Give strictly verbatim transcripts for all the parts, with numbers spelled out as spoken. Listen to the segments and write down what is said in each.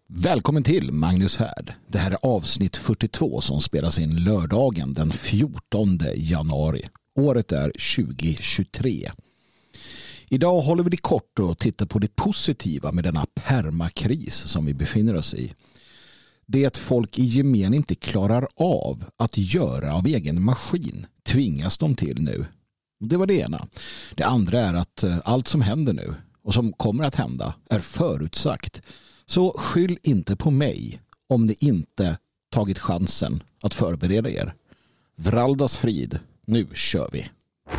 Välkommen till Magnus Härd. Det här är avsnitt fyrtiotvå som spelas in lördagen den fjortonde januari. Året är tjugohundratjugotre. Idag håller vi det kort och tittar på det positiva med denna permakris som vi befinner oss i. Det att folk i gemen inte klarar av att göra av egen maskin tvingas de till nu. Det var det ena. Det andra är att allt som händer nu och som kommer att hända är förutsagt. Så skyll inte på mig om ni inte tagit chansen att förbereda er. Vraldas frid, nu kör vi!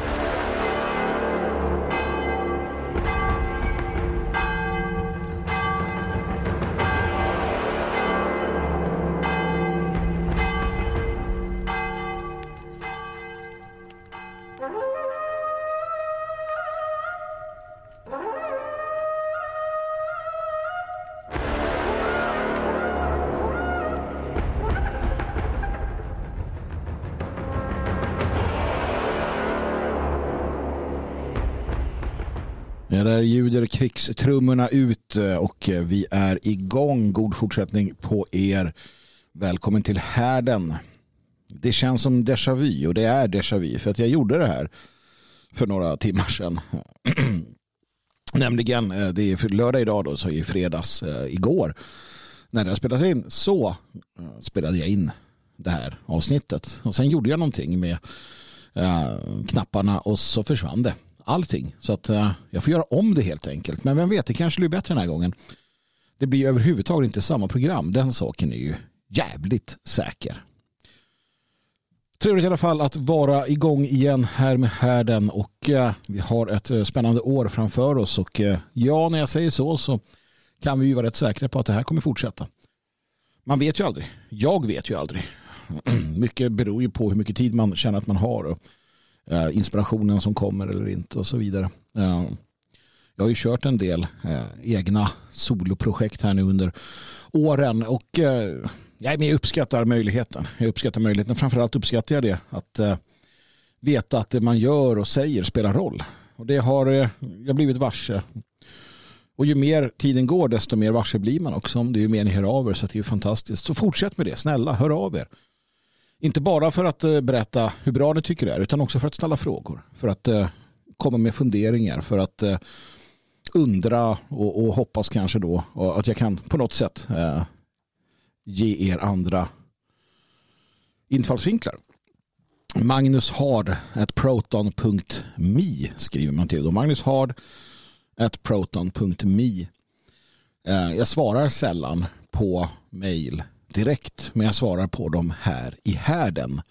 Ja, där ljuder krigstrummorna ut och vi är igång. God fortsättning på er. Välkommen till härden. Det känns som déjà vu och det är déjà vu för att jag gjorde det här för några timmar sedan. Nämligen, det är för lördag idag då, så i fredags igår när det spelas in så spelade jag in det här avsnittet. Och sen gjorde jag någonting med knapparna och så försvann det. Allting. Så att uh, jag får göra om det helt enkelt. Men vem vet, det kanske blir bättre den här gången. Det blir överhuvudtaget inte samma program. Den saken är ju jävligt säker. Trevligt i alla fall att vara igång igen här med härden. Och uh, vi har ett uh, spännande år framför oss. Och uh, ja, när jag säger så så kan vi ju vara rätt säkra på att det här kommer fortsätta. Man vet ju aldrig. Jag vet ju aldrig. Mycket beror ju på hur mycket tid man känner att man har och Uh, inspirationen som kommer eller inte och så vidare. Uh, jag har ju kört en del uh, egna soloprojekt här nu under åren och uh, jag uppskattar möjligheten. Jag uppskattar möjligheten. Framförallt uppskattar jag det att uh, veta att det man gör och säger spelar roll. Och det har uh, jag blivit varse. Och ju mer tiden går desto mer varse blir man också. Om det är ju mer ni hör av er så att det är ju fantastiskt. Så fortsätt med det. Snälla, hör av er. Inte bara för att uh, berätta hur bra ni tycker det är utan också för att ställa frågor. För att uh, komma med funderingar. För att uh, undra och, och hoppas kanske då och att jag kan på något sätt uh, ge er andra infallsvinklar. Magnus Hard at proton punkt me skriver man till. Då. Magnus Hard at proton punkt me. Uh, jag svarar sällan på mejl direkt, men jag svarar på dem här i härden.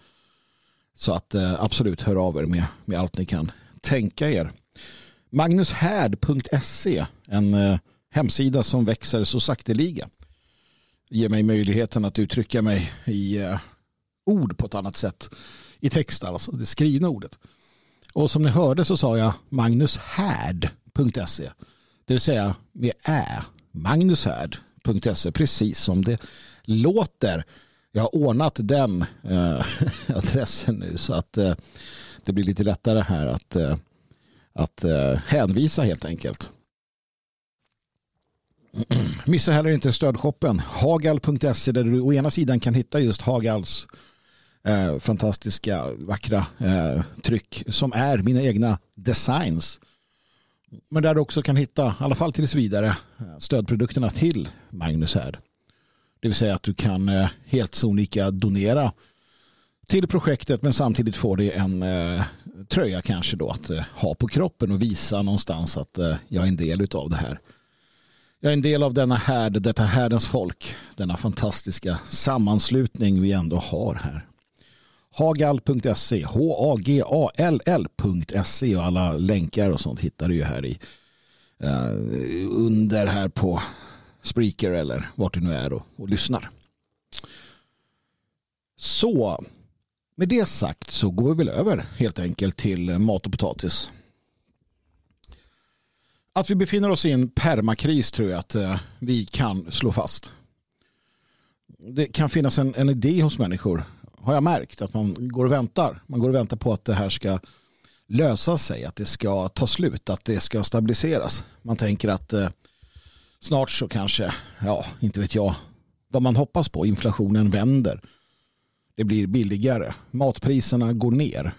Så att eh, absolut hör av er med, med allt ni kan tänka er. magnushärd punkt se, en eh, hemsida som växer så sakteliga. Ger mig möjligheten att uttrycka mig i eh, ord på ett annat sätt. I text, alltså det skrivna ordet. Och som ni hörde så sa jag magnushärd punkt se. Det vill säga med ä. magnushärd punkt se, precis som det låter. Jag har ordnat den äh, adressen nu så att äh, det blir lite lättare här att, äh, att äh, hänvisa helt enkelt. Missa heller inte stödshoppen hagal punkt se där du å ena sidan kan hitta just Hagals äh, fantastiska vackra äh, tryck som är mina egna designs. Men där du också kan hitta, i alla fall tills vidare, stödprodukterna till Magnus Härd. Det vill säga att du kan eh, helt sonika donera till projektet men samtidigt får det en eh, tröja kanske då att eh, ha på kroppen och visa någonstans att eh, jag är en del av det här. Jag är en del av denna härd, detta härdens folk, denna fantastiska sammanslutning vi ändå har här. hagal punkt se, H A G A L L punkt se och alla länkar och sånt hittar du ju här i uh, under här på Spreaker eller vart du nu är och, och lyssnar. Så med det sagt så går vi väl över helt enkelt till mat och potatis. Att vi befinner oss i en permakris tror jag att uh, vi kan slå fast. Det kan finnas en, en idé hos människor, har jag märkt, att man går och väntar. Man går och väntar på att det här ska lösa sig, att det ska ta slut, att det ska stabiliseras. Man tänker att eh, snart så kanske, ja, inte vet jag vad man hoppas på. Inflationen vänder. Det blir billigare. Matpriserna går ner.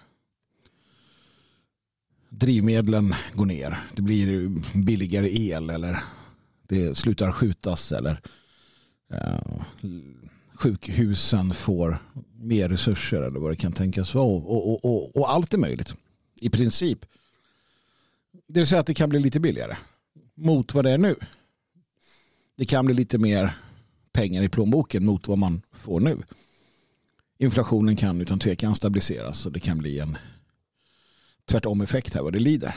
Drivmedlen går ner. Det blir billigare el eller det slutar skjutas eller uh, sjukhusen får mer resurser eller vad det kan tänkas vara. Och, och, och, och allt är möjligt. I princip. Det vill säga att det kan bli lite billigare mot vad det är nu. Det kan bli lite mer pengar i plånboken mot vad man får nu. Inflationen kan utan tvekan stabiliseras och det kan bli en tvärtom effekt här vad det lider.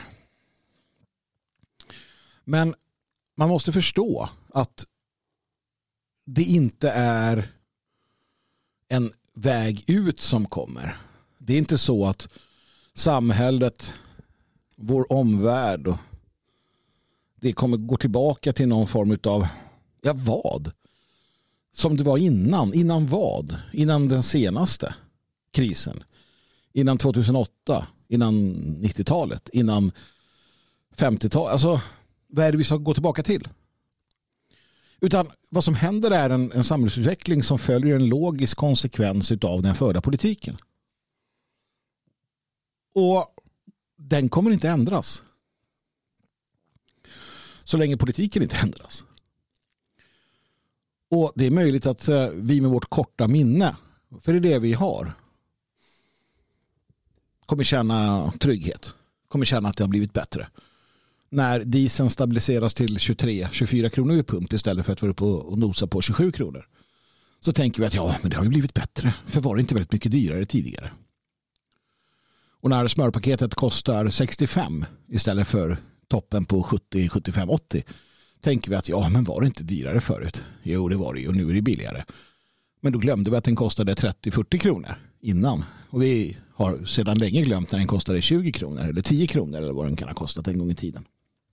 Men man måste förstå att det inte är en väg ut som kommer. Det är inte så att samhället, vår omvärld, och det kommer gå tillbaka till någon form av, ja vad? Som det var innan. Innan vad? Innan den senaste krisen. Innan tjugohundraåtta. Innan nittiotalet. Innan femtiotalet. Alltså, vad är det vi ska gå tillbaka till? Utan vad som händer är en, en samhällsutveckling som följer en logisk konsekvens av den förda politiken. Och den kommer inte ändras. Så länge politiken inte ändras. Och det är möjligt att vi med vårt korta minne, för det är det vi har, kommer känna trygghet. Kommer känna att det har blivit bättre. När dieseln stabiliseras till tjugotre till tjugofyra kronor vid pump istället för att vara uppe och nosa på tjugosju kronor. Så tänker vi att ja, men det har ju blivit bättre. För var det inte väldigt mycket dyrare tidigare? Och när smörpaketet kostar sextiofem istället för toppen på sjuttio, sjuttiofem, åttio, tänker vi att ja, men var det inte dyrare förut? Jo, det var det ju och nu är det billigare. Men då glömde vi att den kostade trettio till fyrtio kronor innan. Och vi har sedan länge glömt när den kostade tjugo kronor eller tio kronor eller vad den kan ha kostat en gång i tiden.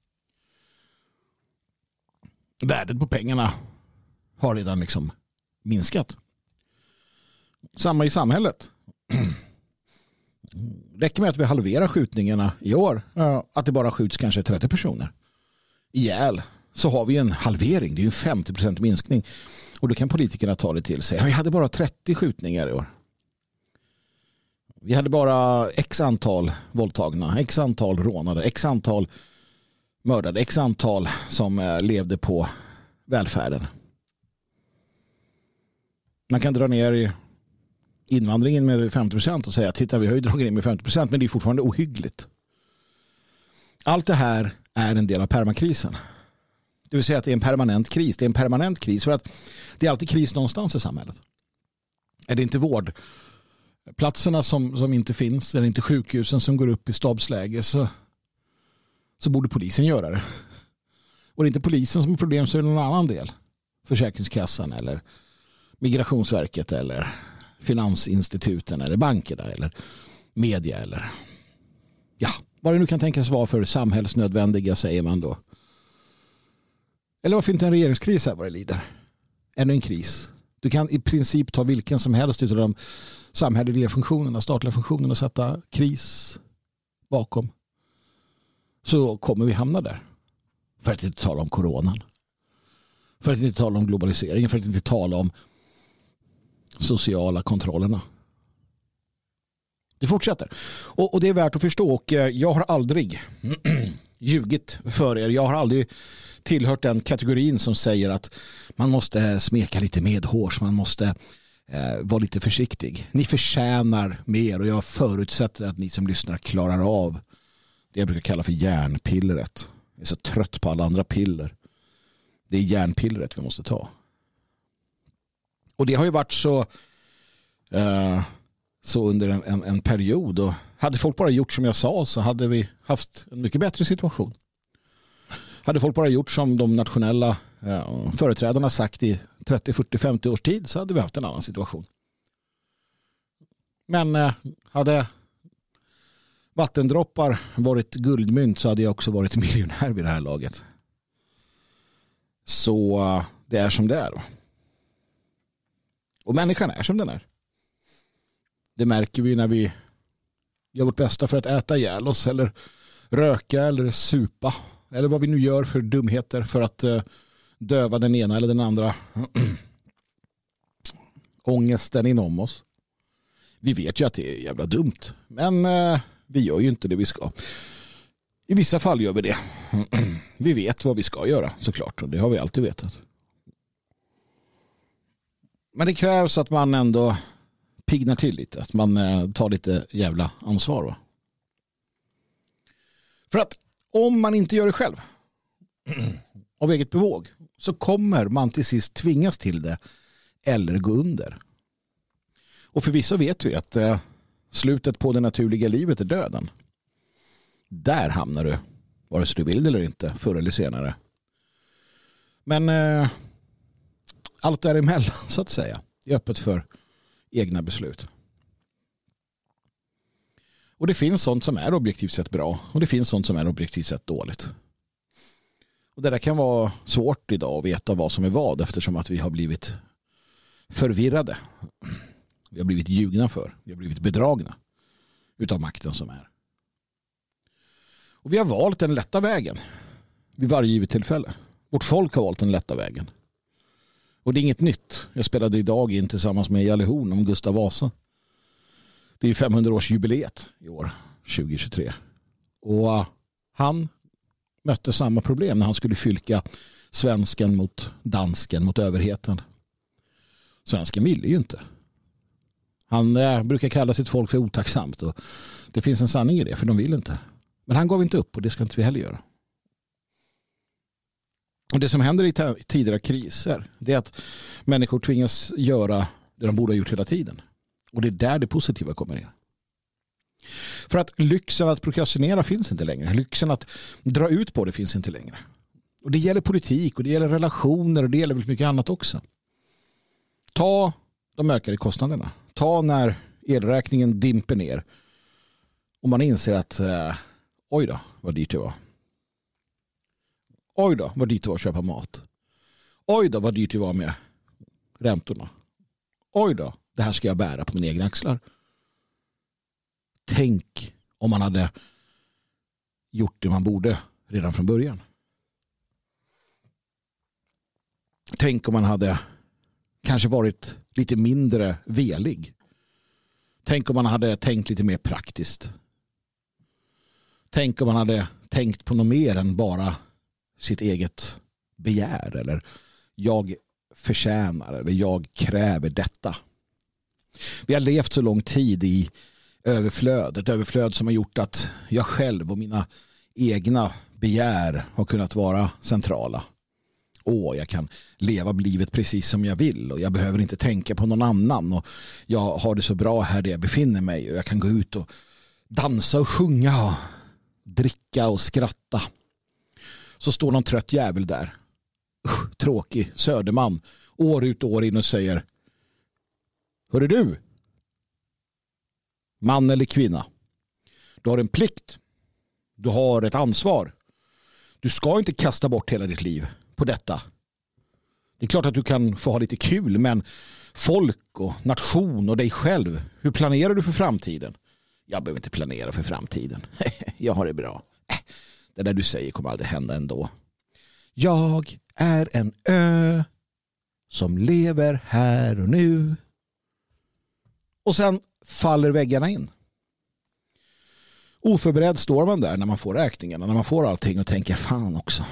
Värdet på pengarna har redan liksom minskat. Samma i samhället. Räcker med att vi halverar skjutningarna i år, att det bara skjuts kanske trettio personer ihjäl, så har vi en halvering. Det är ju en femtio procent minskning. Och då kan politikerna ta det till sig. Vi hade bara trettio skjutningar i år. Vi hade bara x antal våldtagna, x antal rånade, x antal mördade, x antal som levde på välfärden. Man kan dra ner i invandringen med femtio procent och säga, titta, vi har ju dragit in med femtio procent, men det är fortfarande ohyggligt. Allt det här är en del av permakrisen. Det vill säga att det är en permanent kris. Det är en permanent kris för att det är alltid kris någonstans i samhället. Är det inte vårdplatserna som, som inte finns, är det inte sjukhusen som går upp i stabsläge, så, så borde polisen göra det. Och det är inte polisen som har problem, så är det någon annan del. Försäkringskassan eller Migrationsverket eller finansinstituten eller bankerna eller media eller ja, vad det nu kan tänkas vara för samhällsnödvändiga, säger man då. Eller varför inte en regeringskris här vad det lider? Ännu en kris. Du kan i princip ta vilken som helst utav de samhälleliga funktionerna, statliga funktionerna och sätta kris bakom. Så kommer vi hamna där. För att inte tala om coronan. För att inte tala om globaliseringen. För att inte tala om sociala kontrollerna. Det fortsätter. Och, och det är värt att förstå. Och jag har aldrig ljugit för er. Jag har aldrig tillhört den kategorin som säger att man måste smeka lite medhårs. Man måste eh, vara lite försiktig. Ni förtjänar mer och jag förutsätter att ni som lyssnar klarar av det jag brukar kalla för järnpillret. Jag är så trött på alla andra piller. Det är järnpillret vi måste ta. Och det har ju varit så eh, så under en, en, en period. Och hade folk bara gjort som jag sa så hade vi haft en mycket bättre situation. Hade folk bara gjort som de nationella eh, företrädarna sagt i trettio, fyrtio, femtio års tid så hade vi haft en annan situation. Men eh, hade vattendroppar varit guldmynt så hade jag också varit miljonär vid det här laget. Så eh, det är som det är då. Och människan är som den är. Det märker vi när vi gör vårt bästa för att äta ihjäl oss eller röka eller supa eller vad vi nu gör för dumheter för att uh, döva den ena eller den andra ångesten inom oss. Vi vet ju att det är jävla dumt, men eh, vi gör ju inte det vi ska. I vissa fall gör vi det. Vi vet vad vi ska göra, såklart, och det har vi alltid vetat. Men det krävs att man ändå pignar till lite, att man eh, tar lite jävla ansvar, va? För att om man inte gör det själv av eget bevåg, så kommer man till sist tvingas till det eller gå under. Och förvisso vet vi att eh, slutet på det naturliga livet är döden. Där hamnar du, vare sig du vill eller inte, förr eller senare. Men eh, allt däremellan, så att säga, är öppet för egna beslut. Och det finns sånt som är objektivt sett bra, och det finns sånt som är objektivt sett dåligt. Och det där kan vara svårt idag att veta vad som är vad, eftersom att vi har blivit förvirrade. Vi har blivit ljugna för. Vi har blivit bedragna utav makten som är. Och vi har valt den lätta vägen vid varje givet tillfälle. Vårt folk har valt den lätta vägen. Och det är inget nytt. Jag spelade idag in tillsammans med Jalle Horn om Gustav Vasa. Det är femhundraårsjubileet i år, tjugo tjugotre. Och han mötte samma problem när han skulle fylka svensken mot dansken, mot överheten. Svensken ville ju inte. Han eh, brukar kalla sitt folk för otacksamt, och det finns en sanning i det, för de vill inte. Men han gav inte upp, och det ska inte vi heller göra. Och det som händer i t- tidigare kriser, det är att människor tvingas göra det de borde ha gjort hela tiden. Och det är där det positiva kommer in. För att lyxen att prokrastinera finns inte längre. Lyxen att dra ut på det finns inte längre. Och det gäller politik, och det gäller relationer, och det gäller väldigt mycket annat också. Ta de ökade kostnaderna. Ta när elräkningen dimper ner och man inser att eh, oj då, vad dyrt det var. Oj då, vad dyrt det var att köpa mat. Oj då, vad dyrt det var med räntorna. Oj då, det här ska jag bära på mina egna axlar. Tänk om man hade gjort det man borde redan från början. Tänk om man hade kanske varit lite mindre velig. Tänk om man hade tänkt lite mer praktiskt. Tänk om man hade tänkt på något mer än bara sitt eget begär, eller jag förtjänar, eller jag kräver detta. Vi har levt så lång tid i överflöd, ett överflöd som har gjort att jag själv och mina egna begär har kunnat vara centrala. Åh, jag kan leva livet precis som jag vill, och jag behöver inte tänka på någon annan, och jag har det så bra här där jag befinner mig, och jag kan gå ut och dansa och sjunga och dricka och skratta. Så står någon trött jävel där, Usch, tråkig söderman, år ut och år in, och säger: hörru du, man eller kvinna, du har en plikt, du har ett ansvar, du ska inte kasta bort hela ditt liv på detta. Det är klart att du kan få ha lite kul, men folk och nation och dig själv, hur planerar du för framtiden? Jag behöver inte planera för framtiden. Jag har det bra. Det där du säger kommer aldrig hända ändå. Jag är en ö som lever här och nu. Och sen faller väggarna in. Oförberedd står man där när man får räkningarna, när man får allting, och tänker fan också.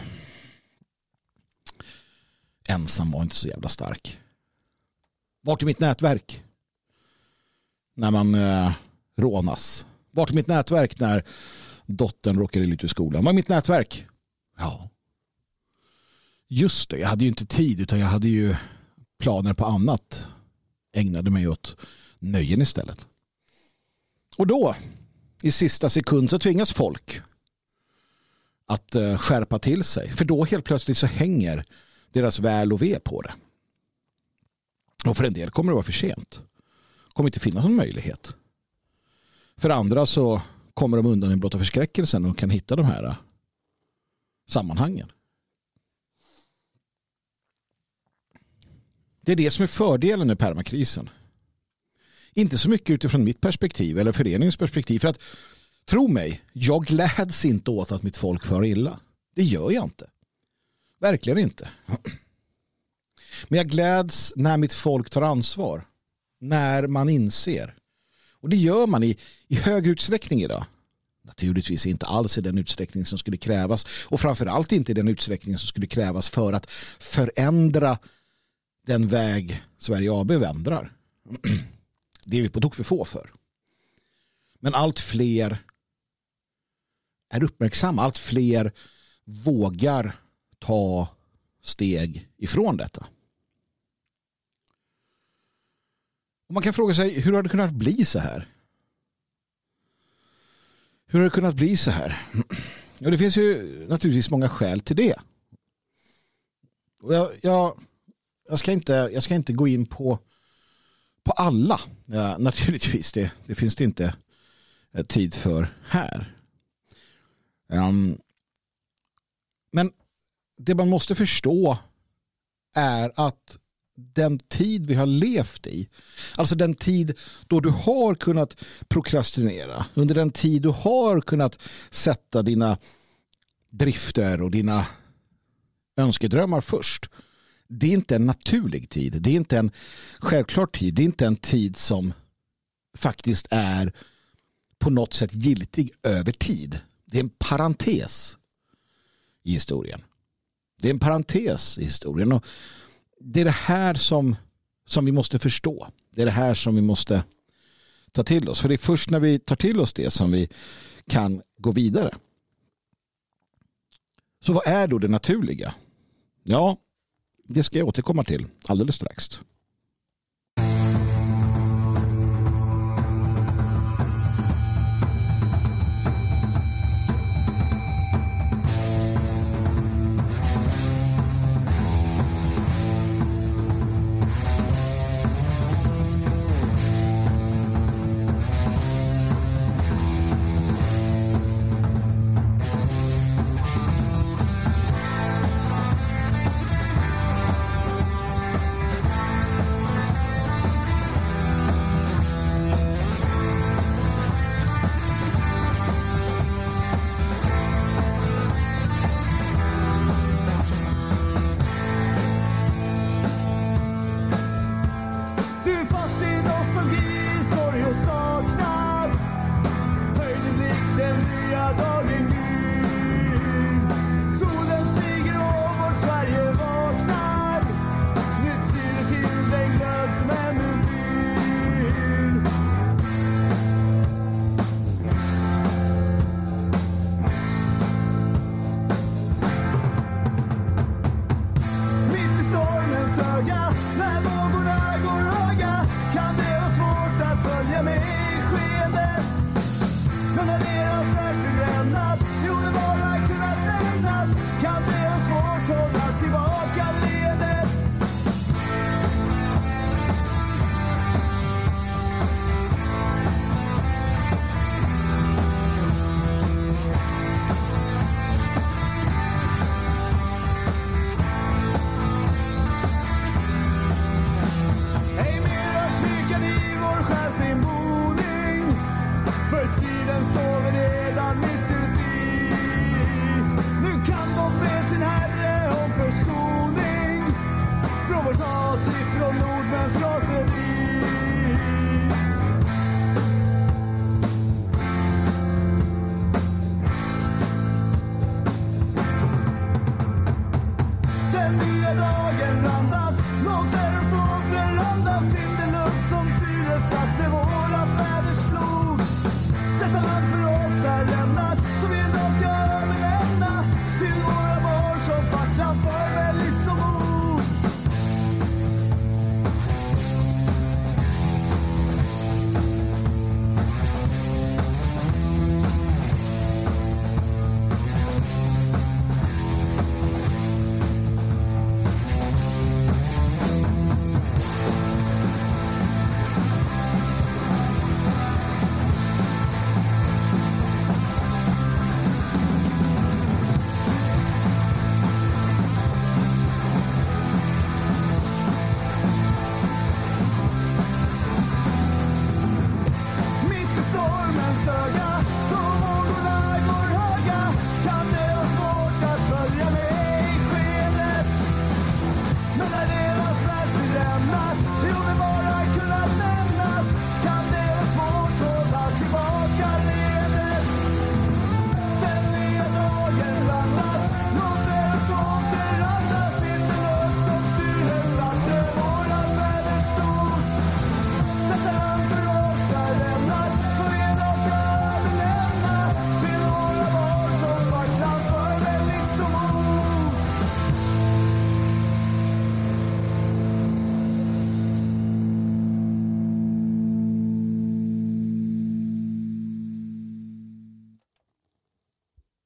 Ensam var inte så jävla stark. Vart är mitt nätverk? När man eh, rånas. Vart är mitt nätverk när dottern råkar illa ut i skolan? Vad är mitt nätverk? Ja. Just det, jag hade ju inte tid, utan jag hade ju planer på annat. Ägnade mig åt nöjen istället. Och då, i sista sekund, så tvingas folk att uh, skärpa till sig. För då helt plötsligt så hänger deras väl och ve på det. Och för en del kommer det vara för sent. Kommer inte finnas någon möjlighet. För andra så kommer de undan i blotta förskräckelsen och kan hitta de här uh, sammanhangen. Det är det som är fördelen med permakrisen. Inte så mycket utifrån mitt perspektiv eller föreningens perspektiv. För att, tro mig, jag gläds inte åt att mitt folk far illa. Det gör jag inte. Verkligen inte. Men jag gläds när mitt folk tar ansvar. När man inser. Och det gör man i, i högre utsträckning idag. Naturligtvis inte alls i den utsträckning som skulle krävas. Och framförallt inte i den utsträckning som skulle krävas för att förändra den väg Sverige A B vandrar. Det är vi på tok för få för. Men allt fler är uppmärksamma. Allt fler vågar ta steg ifrån detta. Och man kan fråga sig, hur har det kunnat bli så här? Hur har det kunnat bli så här? Ja, det finns ju naturligtvis många skäl till det. Och jag, jag, jag, ska, inte, jag ska inte gå in på, på alla. Ja, naturligtvis, det, det finns det inte tid för här. Um, men det man måste förstå är att den tid vi har levt i, alltså den tid då du har kunnat prokrastinera, under den tid du har kunnat sätta dina drifter och dina önskedrömmar först. Det är inte en naturlig tid. Det är inte en självklar tid. Det är inte en tid som faktiskt är på något sätt giltig över tid. Det är en parentes i historien. Det är en parentes i historien. Och det är det här som, som vi måste förstå. Det är det här som vi måste ta till oss. För det är först när vi tar till oss det som vi kan gå vidare. Så vad är då det naturliga? Ja, det ska jag återkomma till alldeles strax.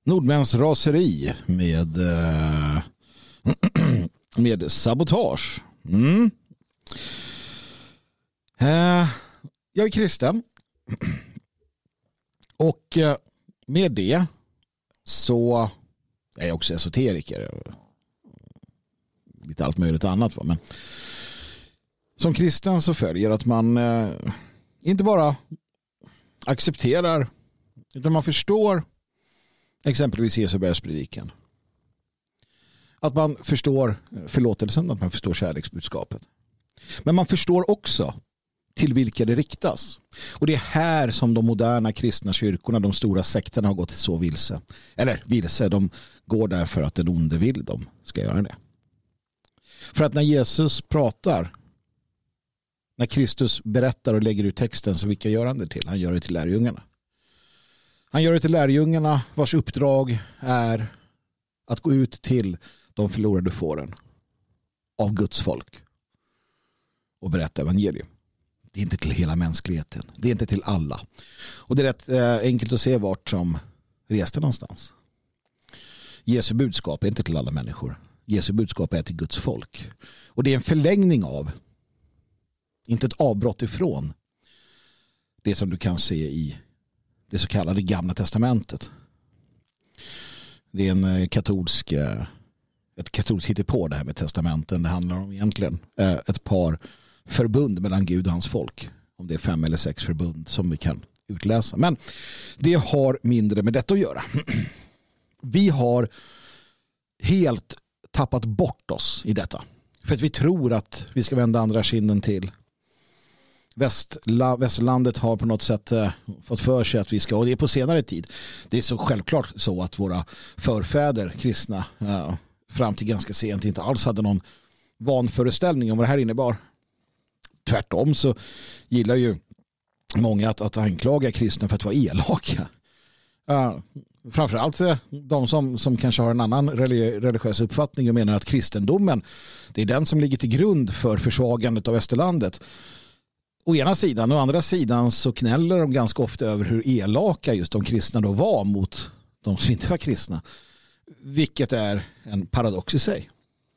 Nordmäns raseri med, eh, med sabotage. Mm. Eh, jag är kristen. Och eh, med det så är jag också esoteriker. Lite allt möjligt annat. Va? Men som kristen så följer att man eh, inte bara accepterar utan man förstår exempelvis Jesu bergspredikan. Att man förstår förlåtelsen, att man förstår kärleksbudskapet. Men man förstår också till vilka det riktas. Och det är här som de moderna kristna kyrkorna, de stora sekterna har gått så vilse. Eller vilse, de går därför att den onde vill de ska göra det. För att när Jesus pratar, när Kristus berättar och lägger ut texten, så vilka gör han det till? Han gör det till lärjungarna. Han gör det till lärjungarna vars uppdrag är att gå ut till de förlorade fåren av Guds folk och berätta evangelium. Det är inte till hela mänskligheten. Det är inte till alla. Och det är rätt eh, enkelt att se vart som reste någonstans. Jesu budskap är inte till alla människor. Jesu budskap är till Guds folk. Och det är en förlängning av, inte ett avbrott ifrån, det som du kan se i det så kallade Gamla testamentet. Det är en katolsk, ett katolskt hittepå det här med testamenten. Det handlar om egentligen ett par förbund mellan Gud och hans folk. Om det är fem eller sex förbund som vi kan utläsa. Men det har mindre med detta att göra. Vi har helt tappat bort oss i detta. För att vi tror att vi ska vända andra kinden till. Västla, västlandet har på något sätt eh, fått för sig att vi ska, och det är på senare tid. Det är så självklart så att våra förfäder, kristna, eh, fram till ganska sent inte alls hade någon vanföreställning om vad det här innebar. Tvärtom så gillar ju många att, att anklaga kristna för att vara elaka. Uh, framförallt uh, de som, som kanske har en annan religiös uppfattning och menar att kristendomen, det är den som ligger till grund för försvagandet av västerlandet. Å ena sidan och å andra sidan så knäller de ganska ofta över hur elaka just de kristna då var mot de som inte var kristna. Vilket är en paradox i sig.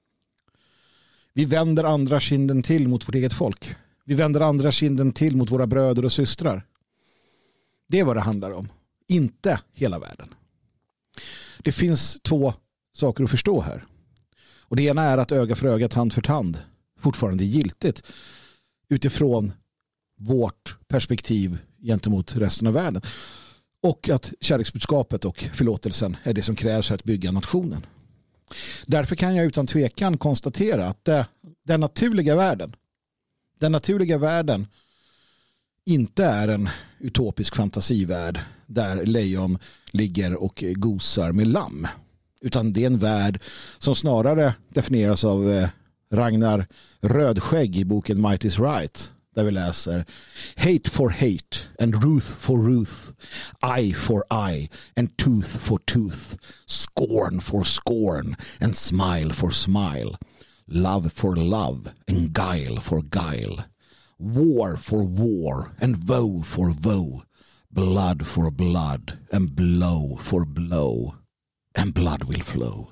Vi vänder andra kinden till mot vårt eget folk. Vi vänder andra kinden till mot våra bröder och systrar. Det är vad det handlar om. Inte hela världen. Det finns två saker att förstå här. Och det ena är att öga för öga, tand för tand fortfarande är giltigt utifrån vårt perspektiv gentemot resten av världen. Och att kärleksbudskapet och förlåtelsen är det som krävs för att bygga nationen. Därför kan jag utan tvekan konstatera att det, den naturliga världen den naturliga världen inte är en utopisk fantasivärld där lejon ligger och gosar med lamm. Utan det är en värld som snarare definieras av Ragnar Rödskägg i boken Might is Right. Där vi läser hate for hate and ruth for ruth, eye for eye and tooth for tooth, scorn for scorn and smile for smile, love for love and guile for guile, war for war and woe for woe, blood for blood and blow for blow, and blood will flow.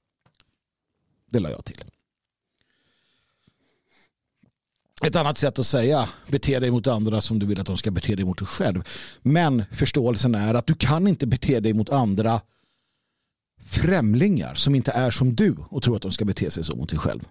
Det la jag till. Ett annat sätt att säga bete dig mot andra som du vill att de ska bete dig mot dig själv. Men förståelsen är att du kan inte bete dig mot andra främlingar som inte är som du och tror att de ska bete sig så mot dig själv.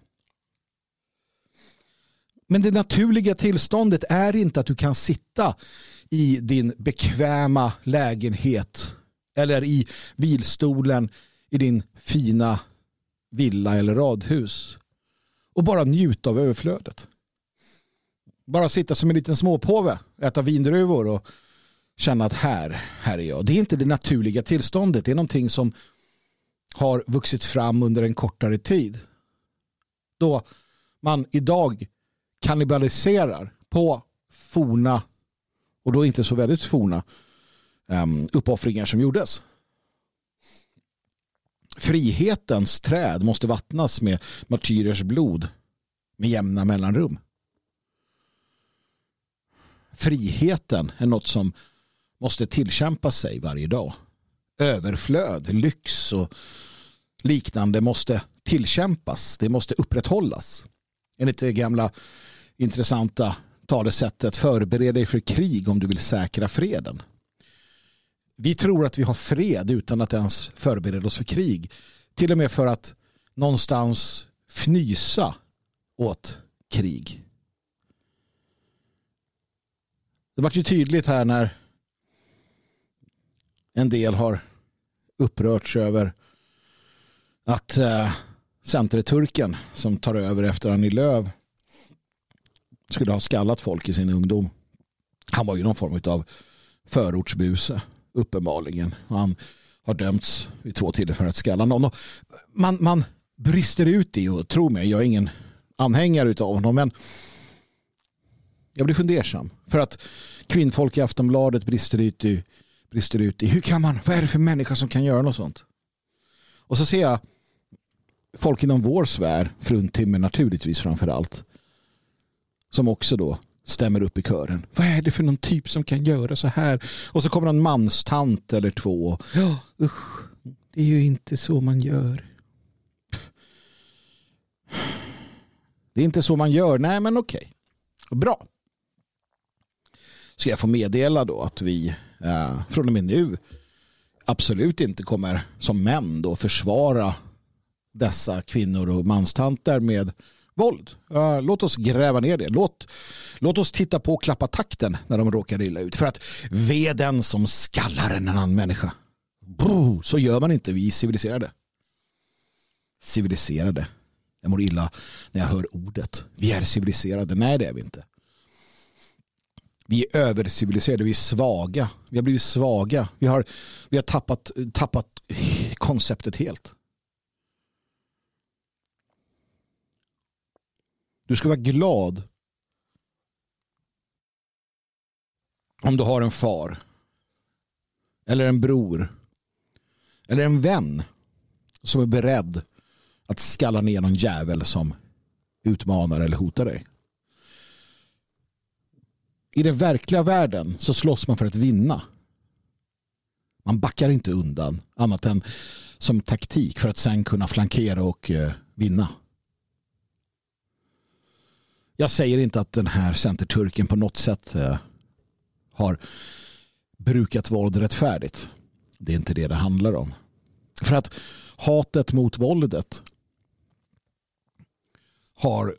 Men det naturliga tillståndet är inte att du kan sitta i din bekväma lägenhet eller i vilstolen i din fina villa eller radhus och bara njuta av överflödet. Bara sitta som en liten småpåve, äta vindruvor och känna att här, här är jag. Det är inte det naturliga tillståndet. Det är någonting som har vuxit fram under en kortare tid. Då man idag kannibaliserar på forna, och då inte så väldigt forna, um, uppoffringar som gjordes. Frihetens träd måste vattnas med martyrers blod med jämna mellanrum. Friheten är något som måste tillkämpa sig varje dag. överflöd, lyx och liknande måste tillkämpas. Det måste upprätthållas. Enligt det gamla intressanta talesättet, förbered dig för krig om du vill säkra freden. Vi tror att vi har fred utan att ens förbereda oss för krig. Till och med för att någonstans fnysa åt krig. Det var ju tydligt här när en del har upprörts över att eh, Centerturken som tar över efter Annie Lööf skulle ha skallat folk i sin ungdom. Han var ju någon form av förortsbuse, uppenbarligen. Han har dömts vid två tillfällen för att skalla någon. Man, man brister ut i, och tro mig, jag är ingen anhängare utav honom, men jag blir fundersam. För att kvinnfolk i Aftonbladet brister ut i, brister ut i hur kan man, vad är det för människa som kan göra något sånt? Och så ser jag folk inom vår sfär, fruntimmer naturligtvis framför allt, som också då stämmer upp i kören. Vad är det för någon typ som kan göra så här? Och så kommer en manstant eller två. Ja, usch, det är ju inte så man gör. Det är inte så man gör. Nej, men okej. Bra. Ska jag få meddela då att vi eh, från och med nu absolut inte kommer som män då försvara dessa kvinnor och manstanter med våld. Uh, låt oss gräva ner det. Låt, låt oss titta på och klappa takten när de råkar illa ut. För att ve den som skallar en annan människa. Brr, så gör man inte. Vi är civiliserade. Civiliserade. Jag mår illa när jag hör ordet. Vi är civiliserade. Nej, det är vi inte. Vi är överciviliserade. Vi är svaga. Vi har blivit svaga. Vi har, vi har tappat, tappat konceptet helt. Du ska vara glad om du har en far eller en bror eller en vän som är beredd att skalla ner någon jävel som utmanar eller hotar dig. I den verkliga världen så slåss man för att vinna. Man backar inte undan annat än som taktik för att sen kunna flankera och uh, vinna. Jag säger inte att den här centerturken på något sätt uh, har brukat våld rättfärdigt. Det är inte det det handlar om. För att hatet mot våldet har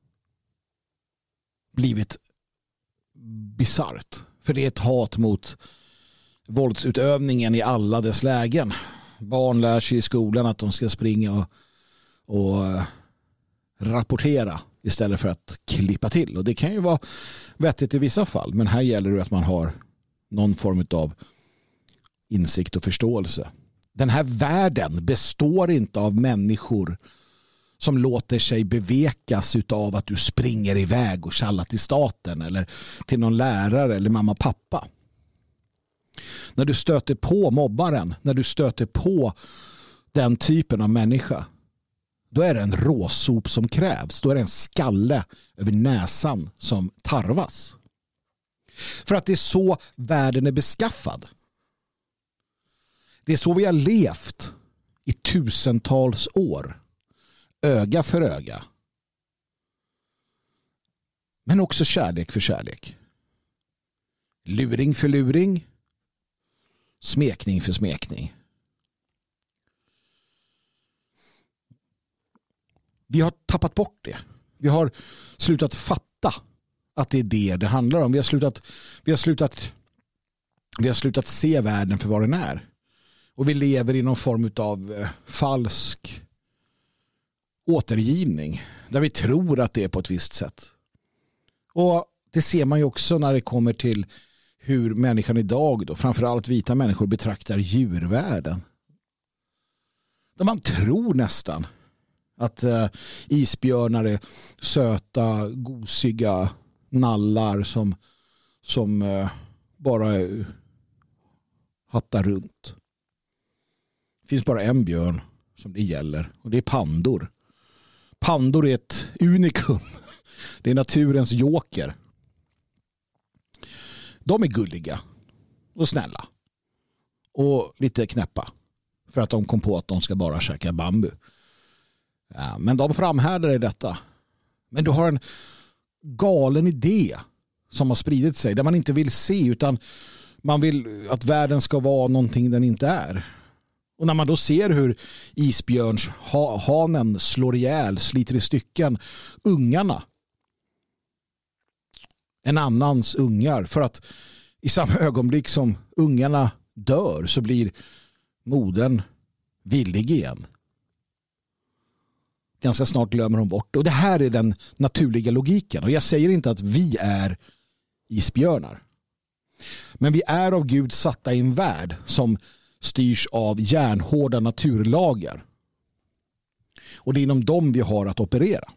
blivit bisarrt. För det är ett hat mot våldsutövningen i alla dess lägen. Barn lär sig i skolan att de ska springa och, och rapportera istället för att klippa till. Och det kan ju vara vettigt i vissa fall. Men här gäller det att man har någon form av insikt och förståelse. Den här världen består inte av människor som låter sig bevekas utav att du springer iväg och kallar till staten eller till någon lärare eller mamma pappa. När du stöter på mobbaren, när du stöter på den typen av människa, då är det en råsop som krävs. Då är det en skalle över näsan som tarvas. För att det är så världen är beskaffad. Det är så vi har levt i tusentals år. Öga för öga. Men också kärlek för kärlek. Luring för luring. Smekning för smekning. Vi har tappat bort det. Vi har slutat fatta att det är det det handlar om. Vi har slutat, vi har slutat, vi har slutat se världen för vad den är. Och vi lever i någon form av eh, falsk återgivning. Där vi tror att det är på ett visst sätt. Och det ser man ju också när det kommer till hur människan idag, då, framförallt vita människor, betraktar djurvärlden. Där man tror nästan att eh, isbjörnar är söta, gosiga nallar som, som eh, bara eh, hattar runt. Det finns bara en björn som det gäller, och det är pandor. Pandor är ett unikum. Det är naturens joker. De är gulliga och snälla. och lite knäppa för att de kom på att de ska bara käka bambu. Ja, men de framhärdar i detta. Men du har en galen idé som har spridit sig där man inte vill se, utan man vill att världen ska vara någonting den inte är. Och när man då ser hur isbjörnshanen slår ihjäl, sliter i stycken ungarna, en annans ungar, för att i samma ögonblick som ungarna dör så blir modern villig igen. Ganska snart glömmer hon bort. Och det här är den naturliga logiken. Och jag säger inte att vi är isbjörnar. Men vi är av Gud satta i en värld som styrs av järnhårda naturlagar. Och det är inom dem vi har att operera.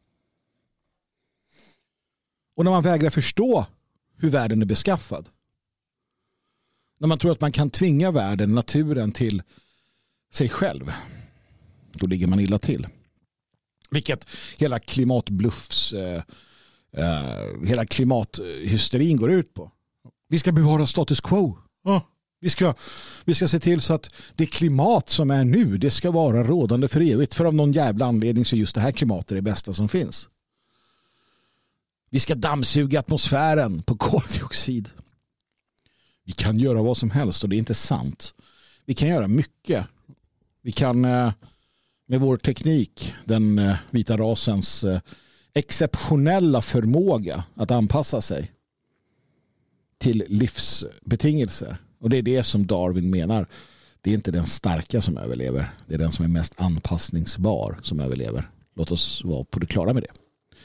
Och när man vägrar förstå hur världen är beskaffad, när man tror att man kan tvinga världen, naturen till sig själv, då ligger man illa till. Vilket hela klimatbluffs, eh, eh, hela klimathysterin går ut på. Vi ska bevara status quo. Oh, vi, ska, vi ska se till så att det klimat som är nu, det ska vara rådande för evigt. För av någon jävla anledning så just det här klimatet är det bästa som finns. Vi ska dammsuga atmosfären på koldioxid. Vi kan göra vad som helst och det är inte sant. Vi kan göra mycket. Vi kan med vår teknik, den vita rasens exceptionella förmåga att anpassa sig till livsbetingelser. Och det är det som Darwin menar. Det är inte den starka som överlever. Det är den som är mest anpassningsbar som överlever. Låt oss vara på det klara med det.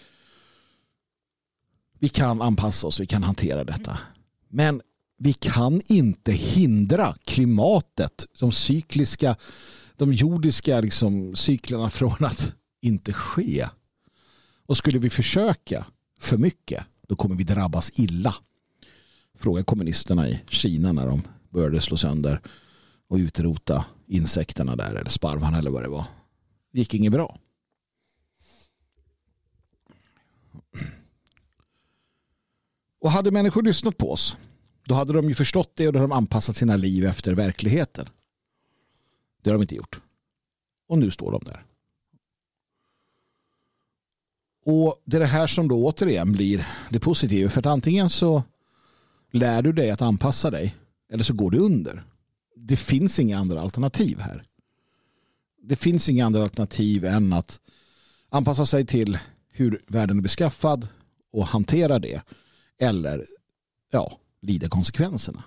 Vi kan anpassa oss, vi kan hantera detta. Men vi kan inte hindra klimatet, de cykliska, de jordiska liksom, cyklerna från att inte ske. Och skulle vi försöka för mycket, då kommer vi drabbas illa. Fråga kommunisterna i Kina när de började slå sönder och utrota insekterna där, eller sparvarna eller vad det var. Det gick inget bra. Och hade människor lyssnat på oss, då hade de ju förstått det och då hade de anpassat sina liv efter verkligheten. Det har de inte gjort. Och nu står de där. Och det är det här som då återigen blir det positiva. För att antingen så lär du dig att anpassa dig eller så går du under. Det finns inga andra alternativ här. Det finns inga andra alternativ än att anpassa sig till hur världen är beskaffad och hantera det. Eller ja, lida konsekvenserna.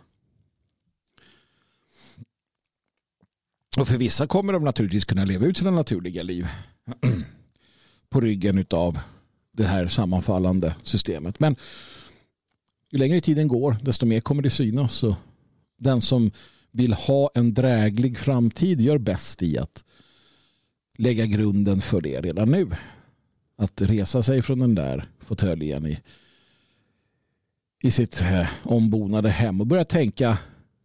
Och för vissa kommer de naturligtvis kunna leva ut sina naturliga liv på ryggen av det här sammanfallande systemet. Men ju längre tiden går, desto mer kommer det synas. Så den som vill ha en dräglig framtid gör bäst i att lägga grunden för det redan nu. Att resa sig från den där fåtöljen i i sitt eh, ombonade hem och börja tänka,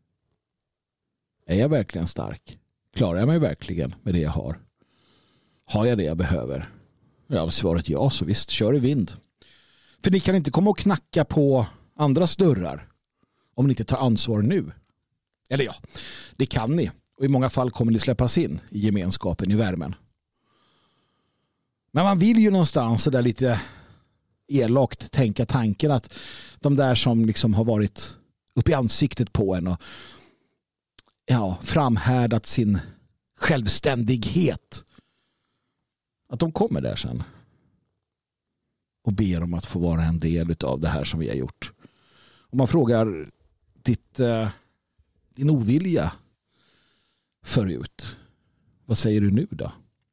är jag verkligen stark? Klarar jag mig verkligen med det jag har? Har jag det jag behöver? Ja, svaret ja, så visst, kör i vind. För ni kan inte komma och knacka på andras dörrar om ni inte tar ansvar nu. Eller ja, det kan ni. Och i många fall kommer ni släppas in i gemenskapen, i värmen. Men man vill ju någonstans så där lite elakt tänka tanken att de där som liksom har varit upp i ansiktet på en och ja, framhärdat sin självständighet, att de kommer där sen och ber om att få vara en del av det här som vi har gjort. Om man frågar ditt, eh, din ovilja förut, vad säger du nu då?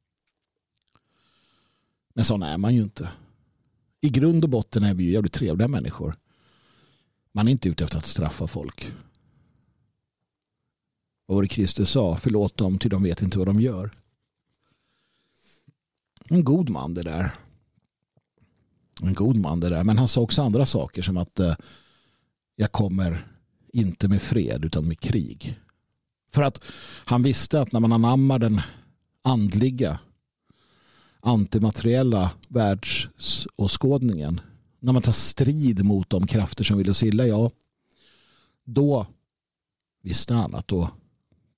Men sån är man ju inte. I grund och botten är vi ju jävligt trevliga människor. Man är inte ute efter att straffa folk. Vad var det Kristus sa? Förlåt dem till de vet inte vad de gör. En god man det där. En god man det där. Men han sa också andra saker som att eh, jag kommer inte med fred utan med krig. För att han visste att när man anammar den andliga antimateriella världsåskådningen, när man tar strid mot de krafter som vill oss illa, ja, då visste han att då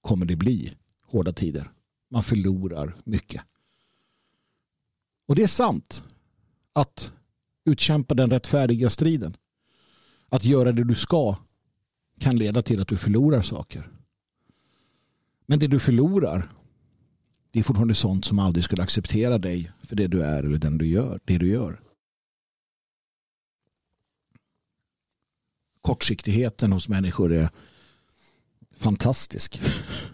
kommer det bli hårda tider. Man förlorar mycket. Och det är sant att utkämpa den rättfärdiga striden. Att göra det du ska kan leda till att du förlorar saker. Men det du förlorar, det är fortfarande sånt som aldrig skulle acceptera dig för det du är eller den du gör, det du gör. Kortsiktigheten hos människor är fantastisk.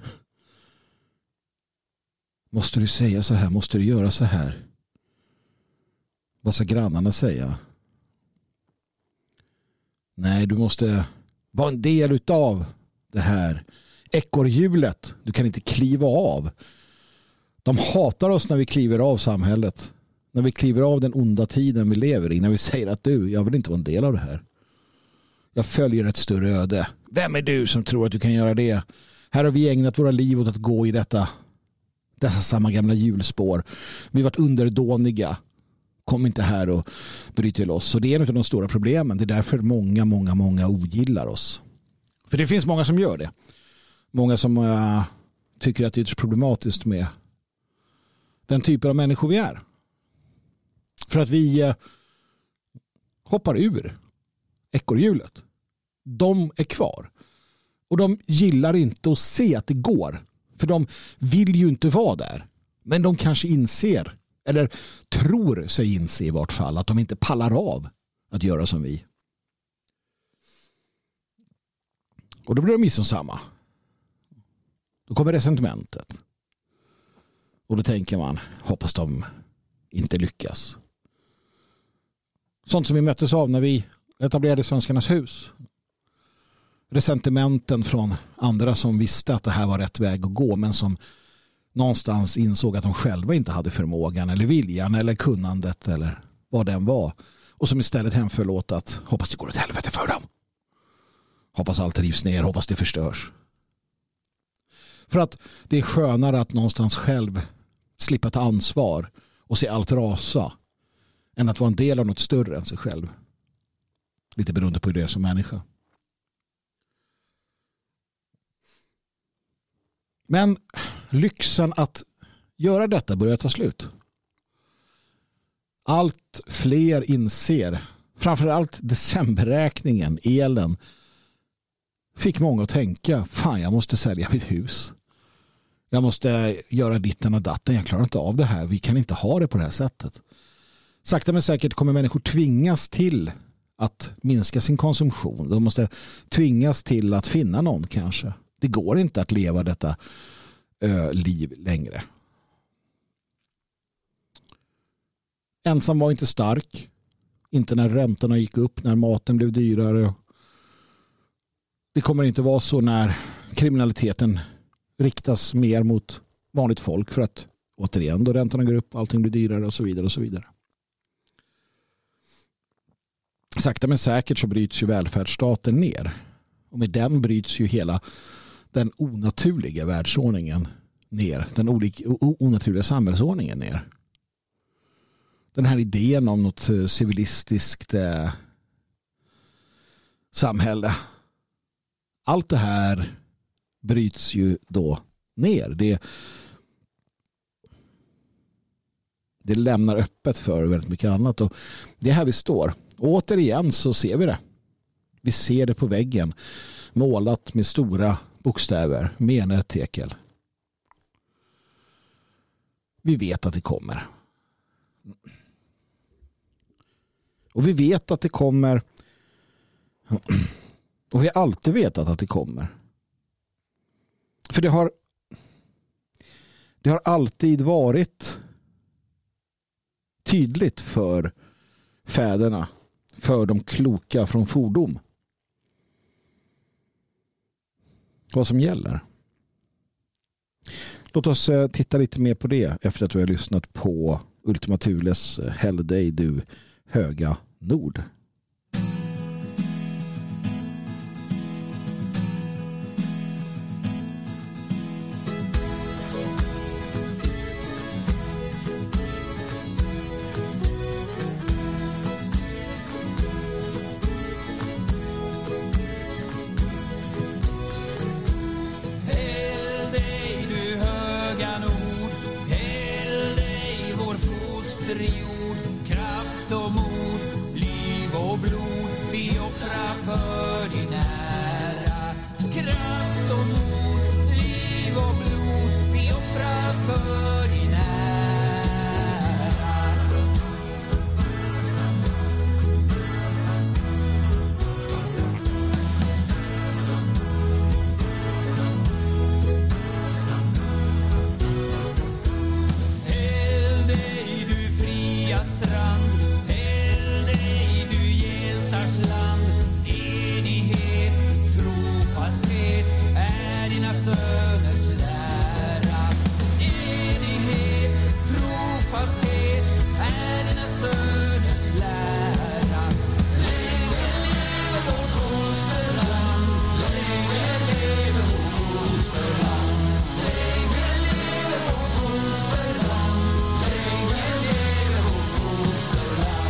Måste du säga så här? Måste du göra så här? Vad ska grannarna säga? Nej, du måste vara en del utav det här ekorrhjulet. Du kan inte kliva av. De hatar oss när vi kliver av samhället. När vi kliver av den onda tiden vi lever i. När vi säger att du, jag vill inte vara en del av det här. Jag följer ett större öde. Vem är du som tror att du kan göra det? Här har vi ägnat våra liv åt att gå i detta, dessa samma gamla hjulspår. Vi har varit underdåniga. Kom inte här och bryt till oss. Så det är en av de stora problemen. Det är därför många, många, många ogillar oss. För det finns många som gör det. Många som uh, tycker att det är problematiskt med den typen av människor vi är. För att vi uh, hoppar ur ekorrhjulet. De är kvar. Och de gillar inte att se att det går. För de vill ju inte vara där. Men de kanske inser, eller tror sig inse i vart fall, att de inte pallar av att göra som vi. Och då blir de missunnsamma. Då kommer resentimentet. Och då tänker man, hoppas de inte lyckas. Sånt som vi möttes av när vi etablerade Svenskarnas hus. Resentimenten från andra som visste att det här var rätt väg att gå, men som någonstans insåg att de själva inte hade förmågan eller viljan eller kunnandet eller vad den var. Och som istället hemföll åt att hoppas det går åt helvete för dem. Hoppas allt rivs ner, hoppas det förstörs. För att det är skönare att någonstans själv slippa ta ansvar och se allt rasa än att vara en del av något större än sig själv. Lite beroende på hur det är som människa. Men lyxen att göra detta börjar ta slut. Allt fler inser, framförallt decemberräkningen, elen, fick många att tänka, fan jag måste sälja mitt hus. Jag måste göra ditten och datten, jag klarar inte av det här. Vi kan inte ha det på det här sättet. Sakta men säkert kommer människor tvingas till att minska sin konsumtion. De måste tvingas till att finna någon kanske. Det går inte att leva detta ö, liv längre. Ensam var inte stark. Inte när räntorna gick upp, när maten blev dyrare. Det kommer inte vara så när kriminaliteten riktas mer mot vanligt folk för att återigen då räntorna går upp, allting blir dyrare och så vidare och så vidare. Sakta men säkert så bryts ju välfärdsstaten ner. Och med den bryts ju hela den onaturliga världsordningen ner. Den olika, onaturliga samhällsordningen ner. Den här idén om något civilistiskt eh, samhälle. Allt det här bryts ju då ner. Det, det lämnar öppet för väldigt mycket annat. Och det är här vi står. Och återigen så ser vi det. Vi ser det på väggen. Målat med stora bokstäver. Mene tekel. Vi vet att det kommer. Och vi vet att det kommer. Och vi har alltid vetat att det kommer. För det har det har alltid varit tydligt för fäderna, för de kloka från fordom, vad som gäller. Låt oss titta lite mer på det efter att vi har lyssnat på Ultima Thules Häll dig du höga nord. Häll offra för din ära. Kraft och mod, liv och blod, vi offrar för din ära. Häll dig du fria strand, häll dig du hjältars land. Enighet, trofasthet är dina söners lära. Enighet, trofasthet är dina söners lära. Länge leve vårt fosterland, länge leve vårt fosterland, länge leve vårt fosterland, länge leve vårt fosterland.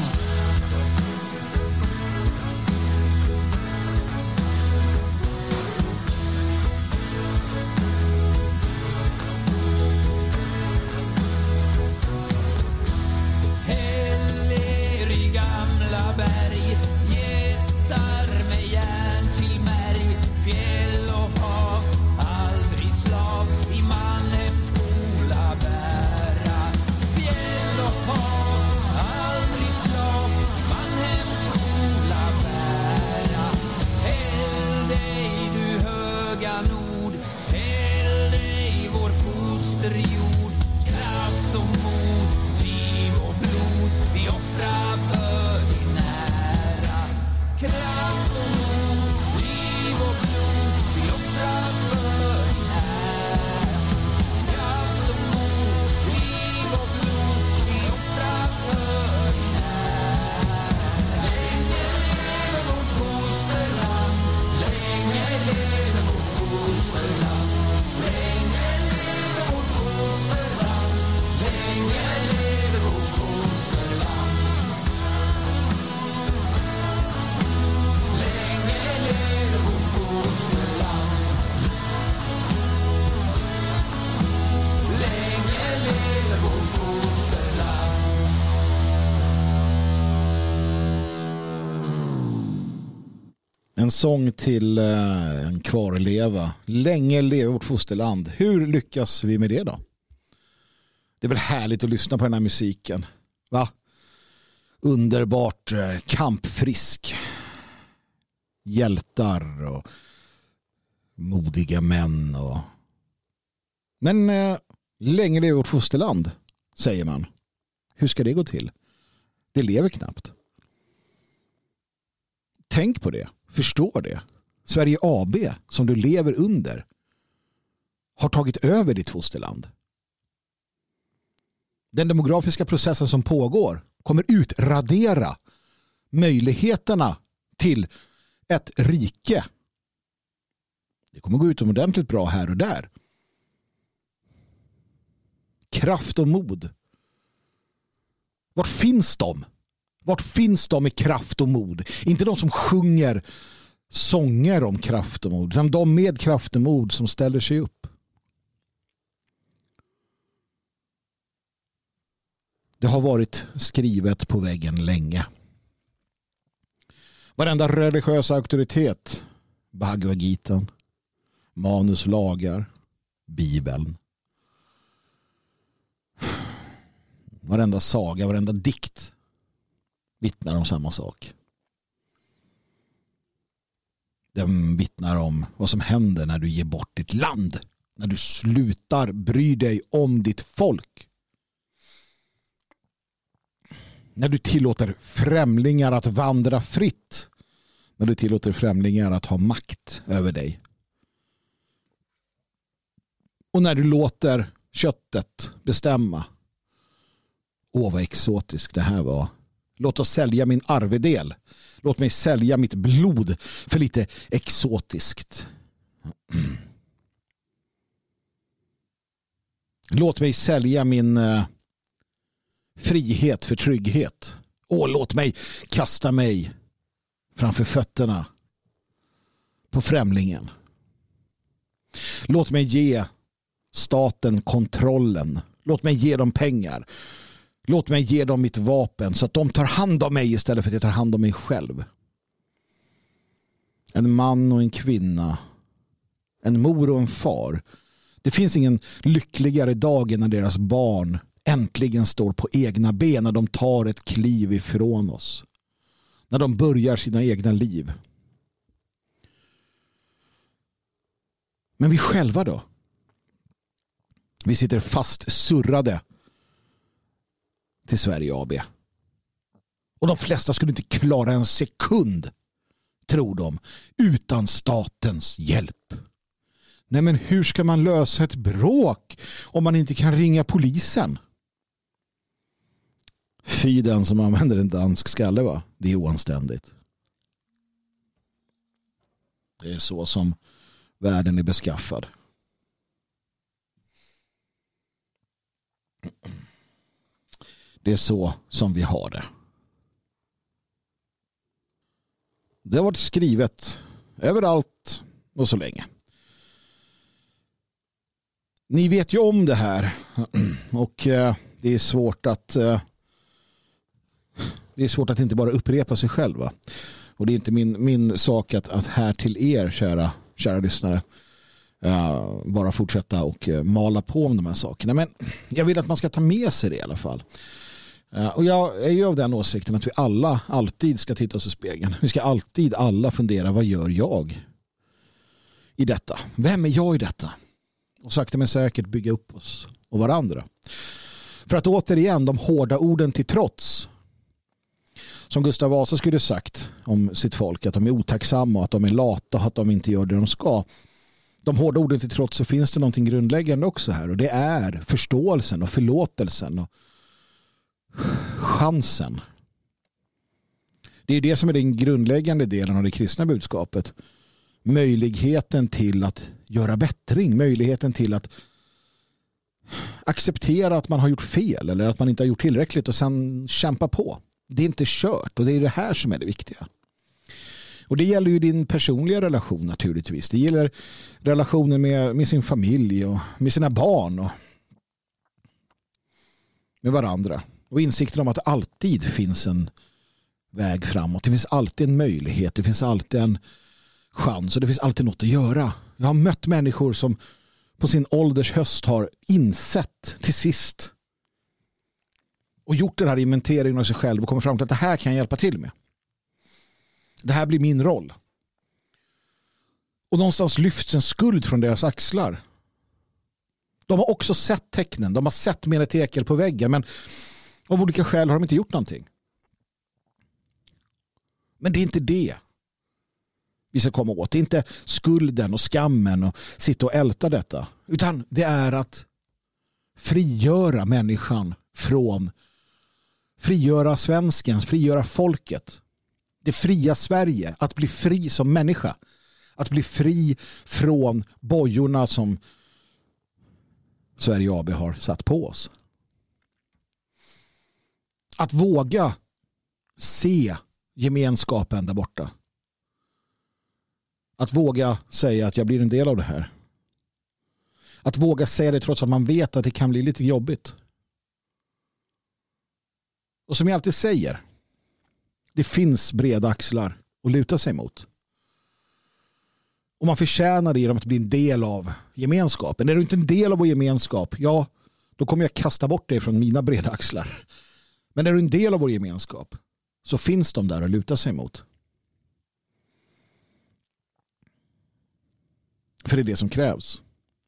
Häll er i gamla berg, jättar med järn till märg. Fjäll och hav, aldrig slav, i Mannhems skola bära. Fjäll och hav, aldrig slav, i Mannhems skola bära. Häll dig du höga nord, häll dig vår fosterjord. Kraft och mod, liv och blod, vi offrar för din ära. Kraft och mod, liv och blod, vi offrar för din ära. Kraft och mod, liv och blod, vi offrar för din ära. Länge leve vårt fosterland, länge leve vårt fosterland, länge leve vårt fosterland, länge leve vårt fosterland. Länge leve vårt fosterland, länge leve vårt fosterland. En sång till eh, en kvarleva. Länge leve vårt fosterland. Hur lyckas vi med det då? Det är väl härligt att lyssna på den här musiken. Va? Underbart eh, kampfrisk. Hjältar och modiga män. Och... Men eh, länge leve vårt fosterland, säger man. Hur ska det gå till? Det lever knappt. Tänk på det. Förstå det. Sverige A B, som du lever under, har tagit över ditt fosterland. Den demografiska processen som pågår kommer utradera möjligheterna till ett rike. Det kommer gå utomordentligt bra här och där. Kraft och mod. Vart finns de? Vart finns de med kraft och mod? Inte de som sjunger sånger om kraft och mod, utan de med kraft och mod som ställer sig upp. Det har varit skrivet på väggen länge. Varenda religiös auktoritet, Bhagavad Gita, Manus lagar, Bibeln, varenda saga, varenda dikt vittnar om samma sak. Den vittnar om vad som händer när du ger bort ditt land. När du slutar bry dig om ditt folk. När du tillåter främlingar att vandra fritt. När du tillåter främlingar att ha makt över dig. Och när du låter köttet bestämma. Åh, vad exotiskt det här var. Låt oss sälja min arvedel. Låt mig sälja mitt blod för lite exotiskt. Låt mig sälja min uh, frihet för trygghet. Åh, låt mig kasta mig framför fötterna på främlingen. Låt mig ge staten kontrollen. Låt mig ge dem pengar. Låt mig ge dem mitt vapen så att de tar hand om mig istället för att jag tar hand om mig själv. En man och en kvinna. En mor och en far. Det finns ingen lyckligare dag än när deras barn äntligen står på egna ben, när de tar ett kliv ifrån oss. När de börjar sina egna liv. Men vi själva då? Vi sitter fast surrade till Sverige A B. Och de flesta skulle inte klara en sekund, tror de, utan statens hjälp. Nej, men hur ska man lösa ett bråk om man inte kan ringa polisen? Fy den som använder en dansk skalle, va? Det är oanständigt. Det är så som världen är beskaffad. Det är så som vi har det. Det har varit skrivet överallt och så länge. Ni vet ju om det här och eh, det är svårt att eh, det är svårt att inte bara upprepa sig själva. Och det är inte min, min sak att, att här till er, kära, kära lyssnare, uh, bara fortsätta och uh, mala på om de här sakerna. Men jag vill att man ska ta med sig det i alla fall. Uh, och jag är ju av den åsikten att vi alla alltid ska titta oss i spegeln. Vi ska alltid alla fundera, vad gör jag i detta? Vem är jag i detta? Och sakta men säkert bygga upp oss och varandra. För att återigen, de hårda orden till trots, som Gustav Vasa skulle sagt om sitt folk, att de är otacksamma och att de är lata och att de inte gör det de ska. De hårda orden till trots, så finns det någonting grundläggande också här, och det är förståelsen och förlåtelsen och chansen. Det är det som är den grundläggande delen av det kristna budskapet. Möjligheten till att göra bättring, möjligheten till att acceptera att man har gjort fel eller att man inte har gjort tillräckligt och sen kämpa på. Det är inte kört, och det är det här som är det viktiga. Och det gäller ju din personliga relation naturligtvis. Det gäller relationen med, med sin familj och med sina barn och med varandra. Och insikten om att det alltid finns en väg framåt. Det finns alltid en möjlighet. Det finns alltid en chans och det finns alltid något att göra. Jag har mött människor som på sin ålders höst har insett till sist och gjort den här inventeringen av sig själv och kommer fram till att det här kan jag hjälpa till med. Det här blir min roll. Och någonstans lyfts en skuld från deras axlar. De har också sett tecknen. De har sett menetekel på väggen, men av olika skäl har de inte gjort någonting. Men det är inte det vi ska komma åt. Det är inte skulden och skammen och sitta och älta detta. Utan det är att frigöra människan från, frigöra svensken, frigöra folket. Det fria Sverige. Att bli fri som människa. Att bli fri från bojorna som Sverige A B har satt på oss. Att våga se gemenskapen där borta. Att våga säga att jag blir en del av det här. Att våga säga det trots att man vet att det kan bli lite jobbigt. Och som jag alltid säger, det finns breda axlar att luta sig mot. Och man förtjänar det genom att bli en del av gemenskapen. Är du inte en del av vår gemenskap, ja, då kommer jag kasta bort dig från mina breda axlar. Men är du en del av vår gemenskap, så finns de där att luta sig mot. För det är det som krävs.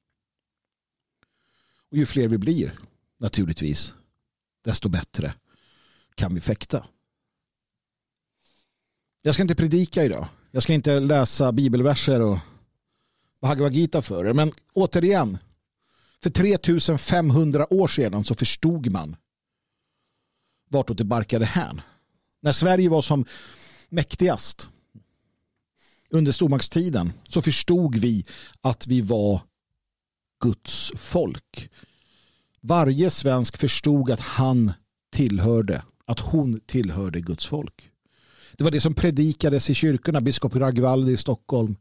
Och ju fler vi blir, naturligtvis, desto bättre kan vi fäkta. Jag ska inte predika idag. Jag ska inte läsa bibelverser och Bhagavad Gita för er. Men återigen, för tre tusen femhundra år sedan så förstod man vartåt det barkade hän. När Sverige var som mäktigast under stormaktstiden så förstod vi att vi var Guds folk. Varje svensk förstod att han tillhörde, att hon tillhörde Guds folk. Det var det som predikades i kyrkorna, biskop Ragvaldi i Stockholm.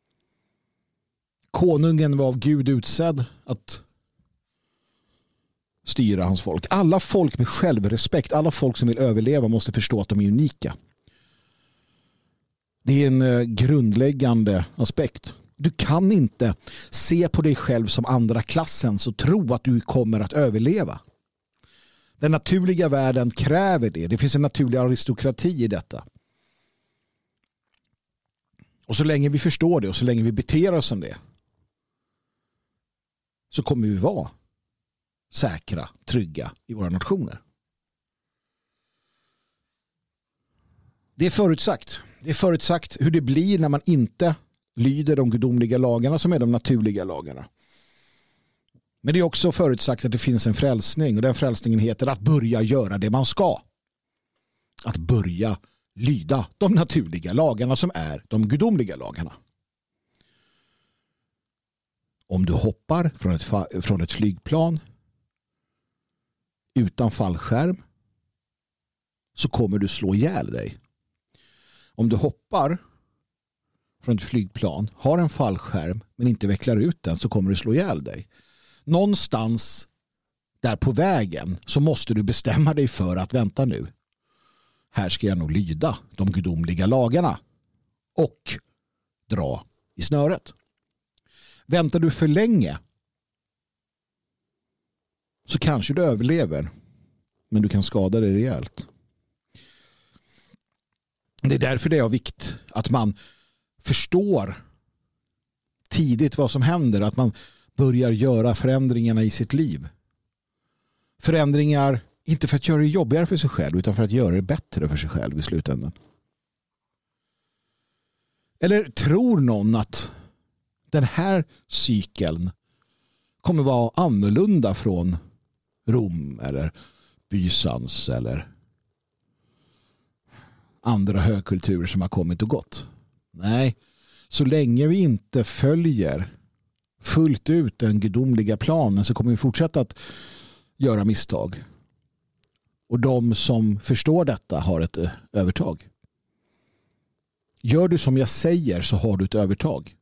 Konungen var av Gud utsedd att styra hans folk. Alla folk med självrespekt, alla folk som vill överleva måste förstå att de är unika. Det är en eh, grundläggande aspekt. Du kan inte se på dig själv som andra klassens och tro att du kommer att överleva. Den naturliga världen kräver det. Det finns en naturlig aristokrati i detta. Och så länge vi förstår det och så länge vi beter oss som det, så kommer vi vara säkra, trygga i våra nationer. Det är förutsagt. Det är förutsagt hur det blir när man inte lyder de gudomliga lagarna som är de naturliga lagarna. Men det är också förutsagt att det finns en frälsning, och den frälsningen heter att börja göra det man ska. Att börja lyda de naturliga lagarna som är de gudomliga lagarna. Om du hoppar från ett, fa- från ett flygplan utan fallskärm, så kommer du slå ihjäl dig. Om du hoppar från ett flygplan, har en fallskärm men inte vecklar ut den, så kommer du slå ihjäl dig. Någonstans där på vägen så måste du bestämma dig för att vänta nu. Här ska jag nog lyda de gudomliga lagarna och dra i snöret. Väntar du för länge så kanske du överlever, men du kan skada dig rejält. Det är därför det är av vikt att man förstår tidigt vad som händer, att man börjar göra förändringarna i sitt liv. Förändringar inte för att göra det jobbigare för sig själv, utan för att göra det bättre för sig själv i slutändan. Eller tror någon att den här cykeln kommer vara annorlunda från Rom eller Bysans eller andra högkulturer som har kommit och gått? Nej, så länge vi inte följer fullt ut den gudomliga planen så kommer vi fortsätta att göra misstag. Och de som förstår detta har ett övertag. Gör du som jag säger så har du ett övertag.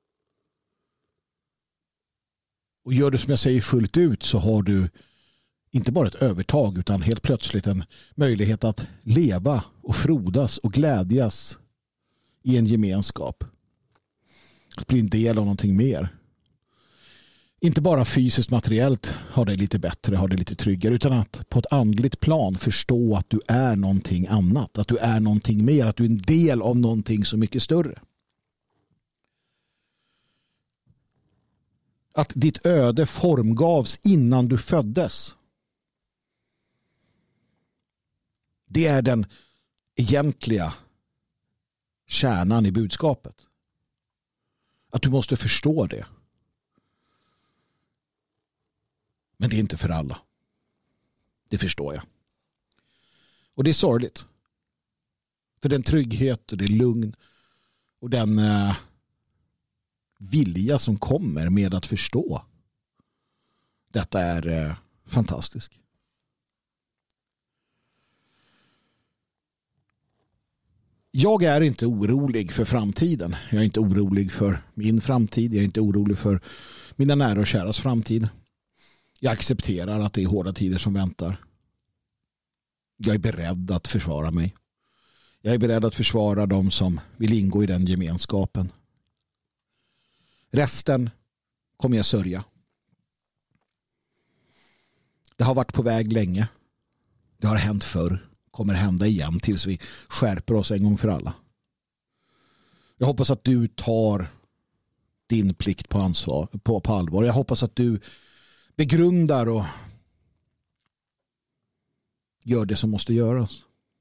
Och gör du som jag säger fullt ut så har du inte bara ett övertag utan helt plötsligt en möjlighet att leva och frodas och glädjas i en gemenskap. Att bli en del av någonting mer. Inte bara fysiskt materiellt ha det lite bättre, ha det lite tryggare, utan att på ett andligt plan förstå att du är någonting annat. Att du är någonting mer, att du är en del av någonting så mycket större. Att ditt öde formgavs innan du föddes. Det är den egentliga kärnan i budskapet. Att du måste förstå det. Men det är inte för alla. Det förstår jag. Och det är sorgligt. För den trygghet och det lugn och den eh, vilja som kommer med att förstå. Detta är eh, fantastiskt. Jag är inte orolig för framtiden. Jag är inte orolig för min framtid. Jag är inte orolig för mina nära och käras framtid. Jag accepterar att det är hårda tider som väntar. Jag är beredd att försvara mig. Jag är beredd att försvara de som vill ingå i den gemenskapen. Resten kommer jag sörja. Det har varit på väg länge. Det har hänt förr. Kommer hända igen tills vi skärper oss en gång för alla. Jag hoppas att du tar din plikt på, ansvar, på, på allvar. Jag hoppas att du begrundar och gör det som måste göras.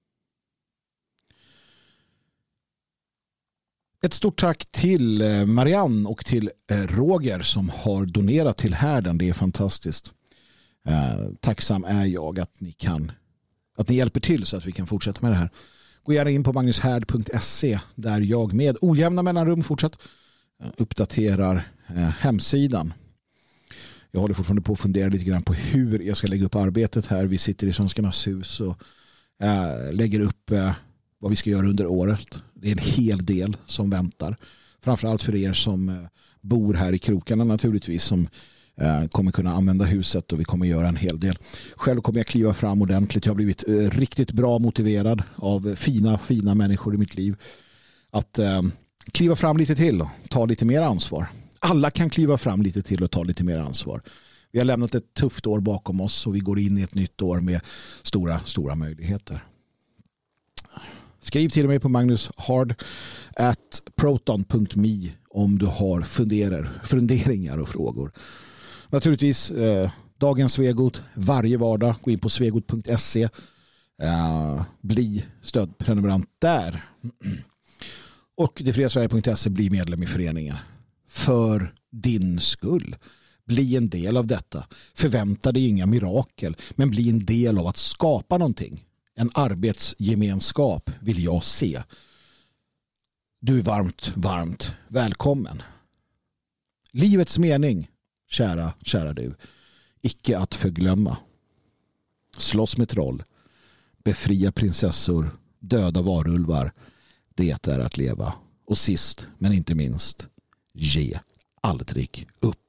Ett stort tack till Marianne och till Roger som har donerat till härden. Det är fantastiskt. Tacksam är jag att ni kan att ni hjälper till så att vi kan fortsätta med det här. Gå gärna in på magnushärd punkt se där jag med ojämna mellanrum fortsatt uppdaterar hemsidan. Jag håller fortfarande på att fundera lite grann på hur jag ska lägga upp arbetet här. Vi sitter i Svenskarnas hus och äh, lägger upp äh, vad vi ska göra under året. Det är en hel del som väntar. Framförallt för er som äh, bor här i krokarna naturligtvis, som äh, kommer kunna använda huset, och vi kommer göra en hel del. Själv kommer jag kliva fram ordentligt. Jag har blivit äh, riktigt bra motiverad av fina, fina människor i mitt liv att eh, kliva fram lite till och ta lite mer ansvar. Alla kan kliva fram lite till och ta lite mer ansvar. Vi har lämnat ett tufft år bakom oss och vi går in i ett nytt år med stora, stora möjligheter. Skriv till mig på magnushard at proton punkt me om du har funderar, funderingar och frågor. Naturligtvis eh, dagens Svegot varje vardag. Gå in på svegot punkt se. Eh, bli stödprenumerant där. Och detfriasverige punkt se, bli medlem i föreningen. För din skull. Bli en del av detta. Förvänta dig inga mirakel, men bli en del av att skapa någonting. En arbetsgemenskap vill jag se. Du är varmt, varmt välkommen. Livets mening, kära, kära du. Icke att förglömma. Slåss med troll. Befria prinsessor. Döda varulvar. Det är att leva. Och sist, men inte minst, ge aldrig upp.